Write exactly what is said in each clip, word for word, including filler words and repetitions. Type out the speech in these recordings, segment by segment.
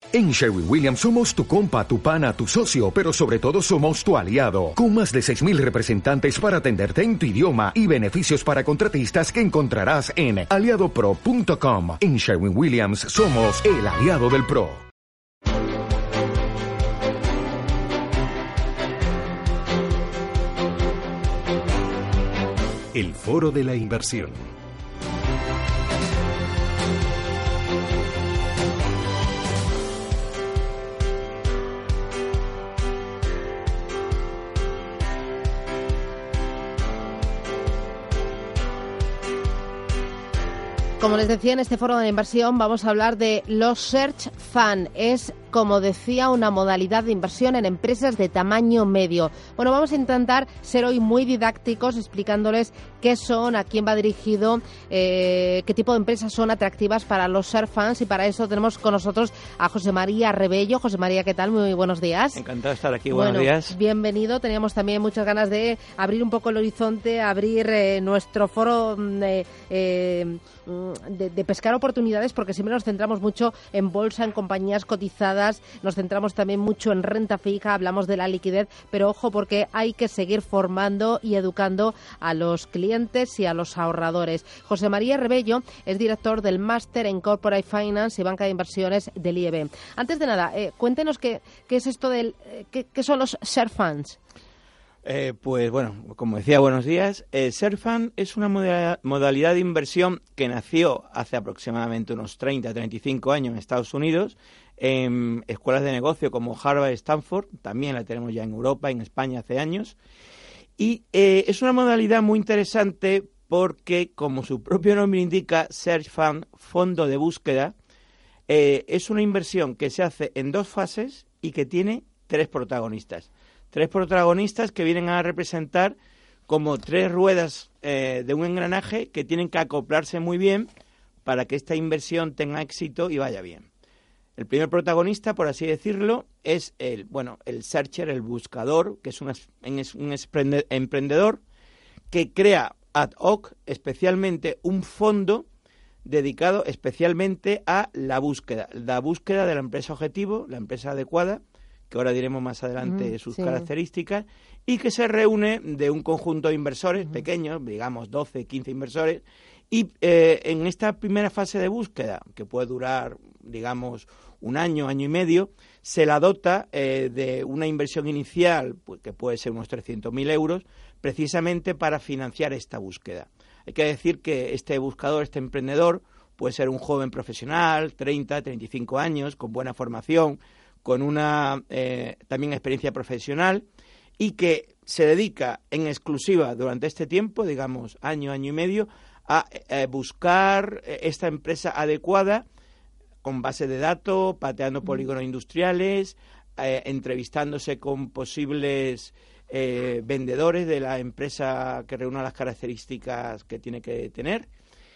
En Sherwin-Williams somos tu compa, tu pana, tu socio, pero sobre todo somos tu aliado, con más de seis mil representantes para atenderte en tu idioma y beneficios para contratistas que encontrarás en aliado pro punto com. En Sherwin-Williams somos el aliado del pro. El Foro de la Inversión. Como les decía, en este foro de inversión vamos a hablar de los Search Fund. Es, como decía, una modalidad de inversión en empresas de tamaño medio. Bueno, vamos a intentar ser hoy muy didácticos explicándoles qué son, a quién va dirigido, eh, qué tipo de empresas son atractivas para los Search Funds, y para eso tenemos con nosotros a José María Rebello. José María, ¿qué tal? Muy buenos días. Encantado de estar aquí, buenos bueno, días. Bienvenido. Teníamos también muchas ganas de abrir un poco el horizonte, abrir eh, nuestro foro eh, eh, De, de pescar oportunidades, porque siempre nos centramos mucho en bolsa, en compañías cotizadas, nos centramos también mucho en renta fija, hablamos de la liquidez, pero ojo, porque hay que seguir formando y educando a los clientes y a los ahorradores. José María Rebello es director del Máster en Corporate Finance y Banca de Inversiones del I E B. Antes de nada, eh, cuéntenos qué, qué es esto del, eh, qué, qué son los Search Funds. Eh, pues bueno, como decía, buenos días. Eh, Search Fund es una moda- modalidad de inversión que nació hace aproximadamente unos treinta a treinta y cinco años en Estados Unidos, en escuelas de negocio como Harvard y Stanford. También la tenemos ya en Europa, en España hace años. Y eh, es una modalidad muy interesante porque, como su propio nombre indica, Search Fund, fondo de búsqueda, eh, es una inversión que se hace en dos fases y que tiene tres protagonistas. Tres protagonistas que vienen a representar como tres ruedas eh, de un engranaje que tienen que acoplarse muy bien para que esta inversión tenga éxito y vaya bien. El primer protagonista, por así decirlo, es el bueno el searcher, el buscador, que es un, es un emprendedor que crea ad hoc especialmente un fondo dedicado especialmente a la búsqueda, la búsqueda de la empresa objetivo, la empresa adecuada, que ahora diremos más adelante mm, sus sí. características, y que se reúne de un conjunto de inversores uh-huh. pequeños, digamos doce, quince inversores, y eh, en esta primera fase de búsqueda, que puede durar, digamos, un año, año y medio, se la dota eh, de una inversión inicial, pues, que puede ser unos trescientos mil euros, precisamente para financiar esta búsqueda. Hay que decir que este buscador, este emprendedor, puede ser un joven profesional, treinta, treinta y cinco años, con buena formación, con una eh, también experiencia profesional, y que se dedica en exclusiva durante este tiempo, digamos año, año y medio, a eh, buscar esta empresa adecuada con base de datos, pateando polígonos industriales, eh, entrevistándose con posibles eh, vendedores de la empresa que reúna las características que tiene que tener.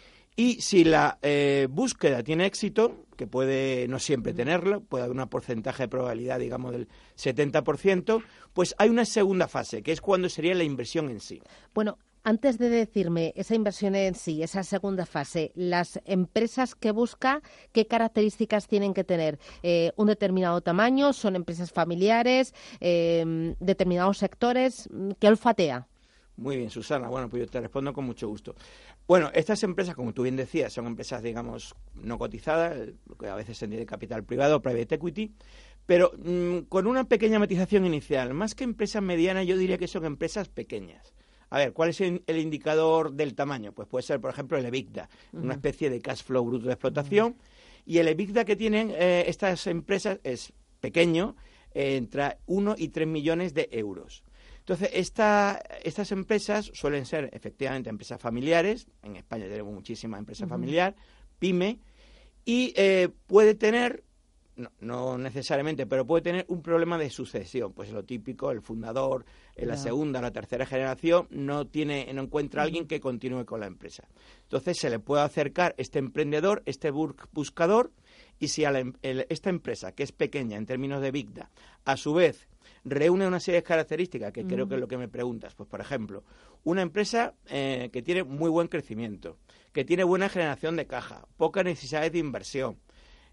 Y si la eh, búsqueda tiene éxito, que puede no siempre tenerlo, puede haber un porcentaje de probabilidad, digamos, del setenta por ciento, pues hay una segunda fase, que es cuando sería la inversión en sí. Bueno, antes de decirme esa inversión en sí, esa segunda fase, las empresas que busca, ¿qué características tienen que tener? Eh, ¿Un determinado tamaño? ¿Son empresas familiares? Eh, ¿Determinados sectores? ¿Qué olfatea? Muy bien, Susana. Bueno, pues yo te respondo con mucho gusto. Bueno, estas empresas, como tú bien decías, son empresas, digamos, no cotizadas, lo que a veces se entiende capital privado, private equity, pero mmm, con una pequeña matización inicial. Más que empresas medianas, yo diría que son empresas pequeñas. A ver, ¿cuál es el, el indicador del tamaño? Pues puede ser, por ejemplo, el EBITDA, uh-huh. una especie de cash flow bruto de explotación, uh-huh. y el EBITDA que tienen eh, estas empresas es pequeño, eh, entre uno y tres millones de euros. Entonces, esta, estas empresas suelen ser efectivamente empresas familiares. En España tenemos muchísimas empresas uh-huh. familiares, pyme, y eh, puede tener, no, no necesariamente, pero puede tener un problema de sucesión. Pues lo típico, el fundador, en la yeah. segunda o la tercera generación, no tiene, no encuentra a alguien que continúe con la empresa. Entonces, se le puede acercar este emprendedor, este buscador, y si a la, el, esta empresa, que es pequeña en términos de EBITDA, a su vez reúne una serie de características que mm. creo que es lo que me preguntas. Pues, por ejemplo, una empresa eh, que tiene muy buen crecimiento, que tiene buena generación de caja, pocas necesidades de inversión,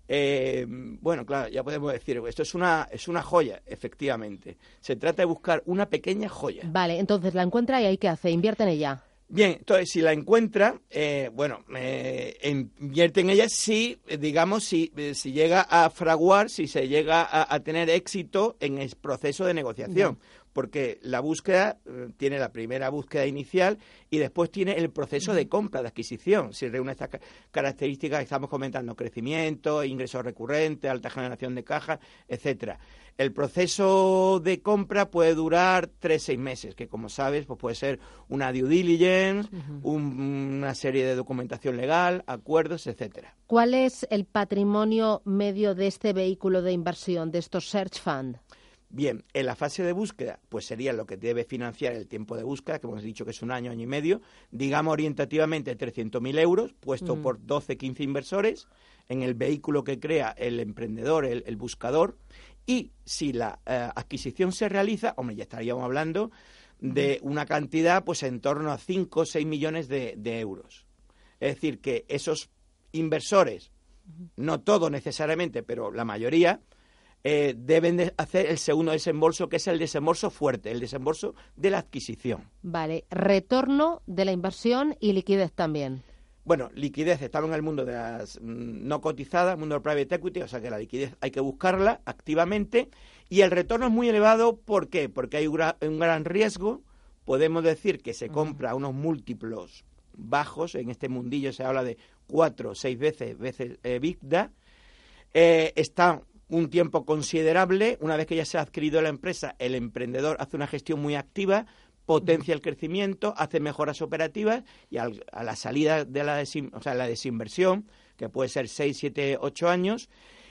Eh, bueno, claro, ya podemos decir, esto es una, es una joya, efectivamente. Se trata de buscar una pequeña joya. Vale, entonces la encuentra y ahí ¿qué hace? Invierte en ella. Bien, entonces si la encuentra, eh, bueno, eh, invierte en ella si, digamos, si, si llega a fraguar, si se llega a, a tener éxito en el proceso de negociación. Ya. Porque la búsqueda eh, tiene la primera búsqueda inicial y después tiene el proceso de compra, de adquisición. Si reúne estas ca- características que estamos comentando, crecimiento, ingresos recurrentes, alta generación de caja, etcétera. El proceso de compra puede durar tres, seis meses, que como sabes, pues puede ser una due diligence, uh-huh. un, una serie de documentación legal, acuerdos, etcétera. ¿Cuál es el patrimonio medio de este vehículo de inversión, de estos search fund? Bien, en la fase de búsqueda, pues sería lo que debe financiar el tiempo de búsqueda, que hemos dicho que es un año, año y medio, digamos orientativamente trescientos mil euros, puesto mm. por doce, quince inversores, en el vehículo que crea el emprendedor, el, el buscador, y si la eh, adquisición se realiza, hombre, ya estaríamos hablando de una cantidad pues en torno a cinco o seis millones de, de euros. Es decir, que esos inversores, no todos necesariamente, pero la mayoría, Eh, deben de hacer el segundo desembolso, que es el desembolso fuerte, el desembolso de la adquisición. Vale, retorno de la inversión y liquidez también. Bueno, liquidez, estamos en el mundo de las mmm, no cotizadas, mundo del private equity, o sea que la liquidez hay que buscarla activamente y el retorno es muy elevado. ¿Por qué? Porque hay un gran, un gran riesgo, podemos decir que se compra a unos múltiplos bajos, en este mundillo se habla de cuatro o seis veces, veces eh, EBITDA, eh, está un tiempo considerable. Una vez que ya se ha adquirido la empresa, el emprendedor hace una gestión muy activa, potencia el crecimiento, hace mejoras operativas y al, a la salida de la, desin, o sea, la desinversión, que puede ser seis, siete, ocho años,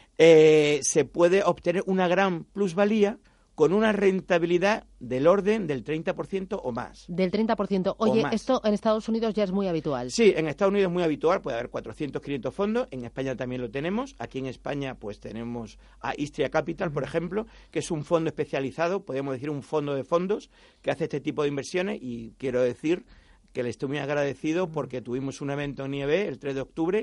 eh, se puede obtener una gran plusvalía con una rentabilidad del orden del treinta por ciento o más. Del treinta por ciento. Oye, esto en Estados Unidos ya es muy habitual. Sí, en Estados Unidos es muy habitual, puede haber cuatrocientos, quinientos fondos, en España también lo tenemos. Aquí en España pues tenemos a Istria Capital, por ejemplo, que es un fondo especializado, podemos decir un fondo de fondos, que hace este tipo de inversiones y quiero decir que le estoy muy agradecido porque tuvimos un evento en I E B el tres de octubre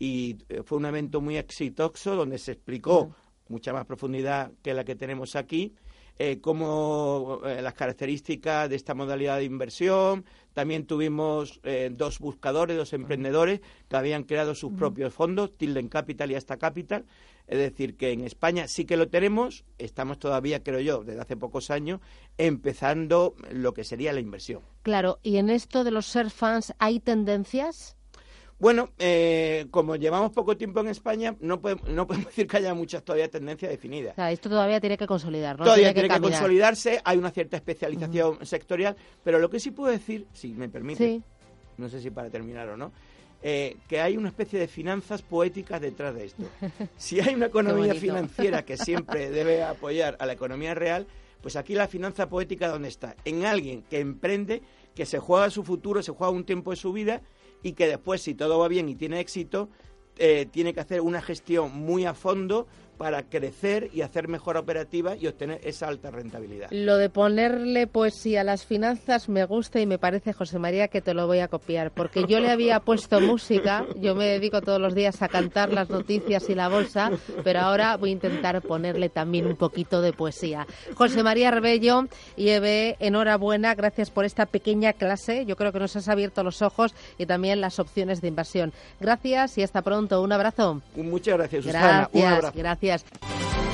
y fue un evento muy exitoso donde se explicó uh-huh. mucha más profundidad que la que tenemos aquí, Eh, como eh, las características de esta modalidad de inversión. También tuvimos eh, dos buscadores, dos emprendedores que habían creado sus uh-huh. propios fondos, Tilden Capital y Asta Capital. Es decir, que en España sí que lo tenemos, estamos todavía, creo yo, desde hace pocos años, empezando lo que sería la inversión. Claro, y en esto de los search funds, ¿hay tendencias? Bueno, eh, como llevamos poco tiempo en España, no podemos, no podemos decir que haya muchas todavía tendencias definidas. O sea, esto todavía tiene que consolidar, ¿no? Todavía tiene, tiene que, que consolidarse, hay una cierta especialización uh-huh. sectorial, pero lo que sí puedo decir, si me permite, sí. no sé si para terminar o no, eh, que hay una especie de finanzas poéticas detrás de esto. Si hay una economía financiera que siempre debe apoyar a la economía real, pues aquí la finanza poética, ¿dónde está? En alguien que emprende, que se juega su futuro, se juega un tiempo de su vida y que después, si todo va bien y tiene éxito, eh, tiene que hacer una gestión muy a fondo para crecer y hacer mejor operativa y obtener esa alta rentabilidad. Lo de ponerle poesía a las finanzas me gusta y me parece, José María, que te lo voy a copiar, porque yo le había puesto música, yo me dedico todos los días a cantar las noticias y la bolsa, pero ahora voy a intentar ponerle también un poquito de poesía. José María Rebello, I E B, enhorabuena, gracias por esta pequeña clase, yo creo que nos has abierto los ojos y también las opciones de inversión. Gracias y hasta pronto, un abrazo. Muchas gracias, Susana, gracias, un abrazo. Gracias.